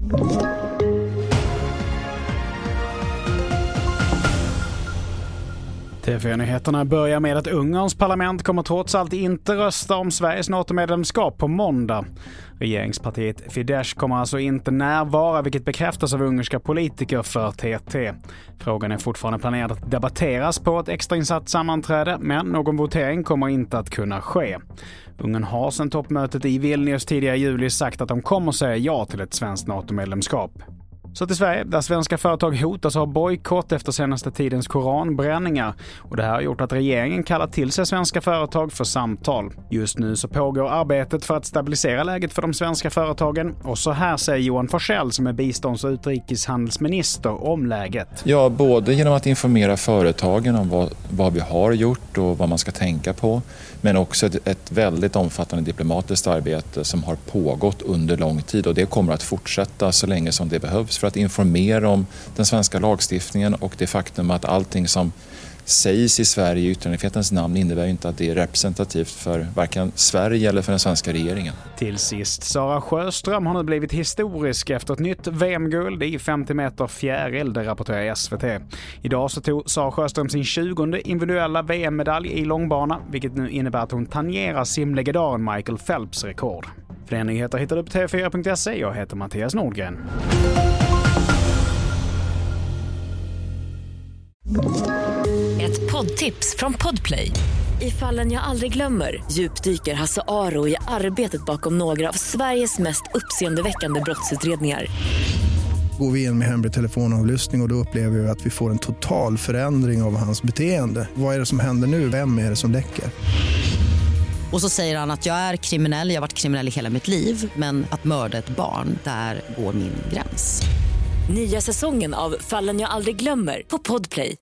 TV4-nyheterna börjar med att Ungerns parlament kommer trots allt inte rösta om Sveriges NATO-medlemskap på måndag. Regeringspartiet Fidesz kommer alltså inte närvara, vilket bekräftas av ungerska politiker för TT. Frågan är fortfarande planerad att debatteras på ett extrainsatt sammanträde, men någon votering kommer inte att kunna ske. Ungern har sedan toppmötet i Vilnius tidigare i juli sagt att de kommer säga ja till ett svenskt NATO-medlemskap. Så till Sverige, där svenska företag hotas av bojkott efter senaste tidens koranbränningar. Och det här har gjort att regeringen kallar till sig svenska företag för samtal. Just nu så pågår arbetet för att stabilisera läget för de svenska företagen. Och så här säger Johan Forssell som är bistånds- och utrikeshandelsminister om läget. Ja, både genom att informera företagen om vad vi har gjort och vad man ska tänka på. Men också ett väldigt omfattande diplomatiskt arbete som har pågått under lång tid. Och det kommer att fortsätta så länge som det behövs för att informera om den svenska lagstiftningen och det faktum att allting som sägs i Sverige i yttrandefrihetens namn innebär inte att det är representativt för varken Sverige eller för den svenska regeringen. Till sist, Sara Sjöström har nu blivit historisk efter ett nytt VM-guld i 50 meter fjäril, det rapporterar SVT. Idag så tog Sara Sjöström sin 20:e individuella VM-medalj i långbana, vilket nu innebär att hon tangerar simlegedaren Michael Phelps rekord. Fler nyheter hittar du på tv4.se. Jag heter Mattias Nordgren. Ett poddtips från Podplay. I Fallen jag aldrig glömmer djupdyker Hasse Aro i arbetet bakom några av Sveriges mest uppseendeväckande brottsutredningar. Går vi in med hemlig telefonavlyssning och då upplever vi att vi får en total förändring av hans beteende. Vad är det som händer nu? Vem är det som läcker? Och så säger han att jag är kriminell, jag har varit kriminell i hela mitt liv. Men att mörda ett barn, där går min gräns. Nya säsongen av Fallen jag aldrig glömmer på Podplay.